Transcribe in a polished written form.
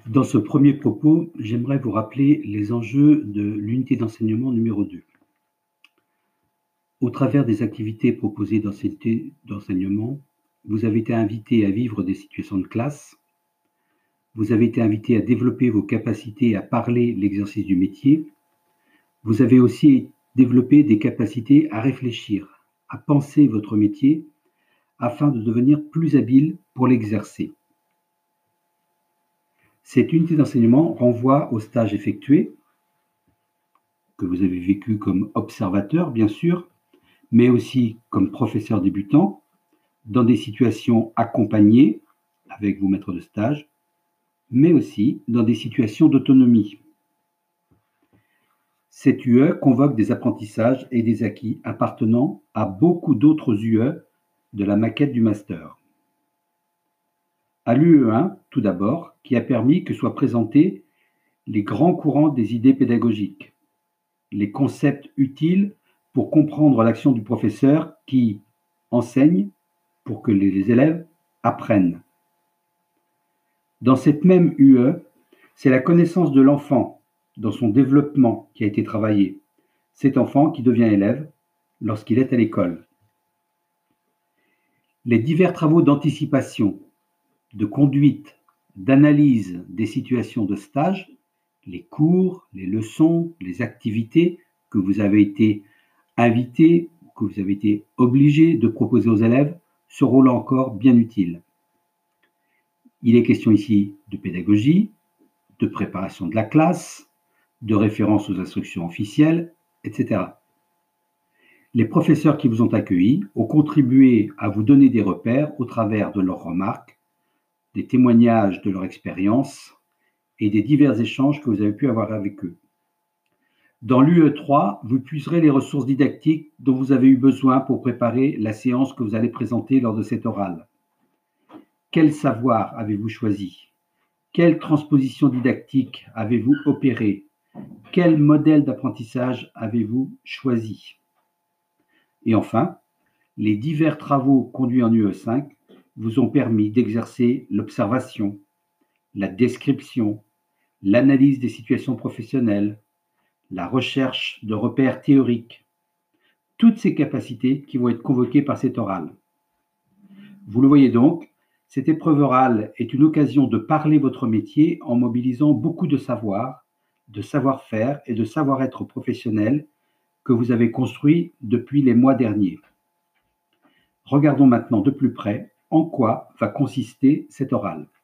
Dans ce premier propos, j'aimerais vous rappeler les enjeux de l'unité d'enseignement numéro 2. Au travers des activités proposées dans cette unité d'enseignement, vous avez été invité à vivre des situations de classe, vous avez été invité à développer vos capacités à parler l'exercice du métier, vous avez aussi développé des capacités à réfléchir, à penser votre métier afin de devenir plus habile pour l'exercer. Cette unité d'enseignement renvoie aux stages effectués, que vous avez vécu comme observateur, bien sûr, mais aussi comme professeur débutant, dans des situations accompagnées avec vos maîtres de stage, mais aussi dans des situations d'autonomie. Cette UE convoque des apprentissages et des acquis appartenant à beaucoup d'autres UE de la maquette du master. À l'UE1, tout d'abord, qui a permis que soient présentés les grands courants des idées pédagogiques, les concepts utiles pour comprendre l'action du professeur qui enseigne pour que les élèves apprennent. Dans cette même UE, c'est la connaissance de l'enfant dans son développement qui a été travaillée. Cet enfant qui devient élève lorsqu'il est à l'école. Les divers travaux d'anticipation, de conduite, d'analyse des situations de stage, les cours, les leçons, les activités que vous avez été invités, que vous avez été obligés de proposer aux élèves, seront là encore bien utiles. Il est question ici de pédagogie, de préparation de la classe, de référence aux instructions officielles, etc. Les professeurs qui vous ont accueillis ont contribué à vous donner des repères au travers de leurs remarques, des témoignages de leur expérience et des divers échanges que vous avez pu avoir avec eux. Dans l'UE3, vous puiserez les ressources didactiques dont vous avez eu besoin pour préparer la séance que vous allez présenter lors de cet oral. Quel savoir avez-vous choisi? Quelle transposition didactique avez-vous opérée? Quel modèle d'apprentissage avez-vous choisi? Et enfin, les divers travaux conduits en UE5 vous ont permis d'exercer l'observation, la description, l'analyse des situations professionnelles, la recherche de repères théoriques, toutes ces capacités qui vont être convoquées par cet oral. Vous le voyez donc, cette épreuve orale est une occasion de parler votre métier en mobilisant beaucoup de savoir, de savoir-faire et de savoir-être professionnel que vous avez construit depuis les mois derniers. Regardons maintenant de plus près en quoi va consister cet oral.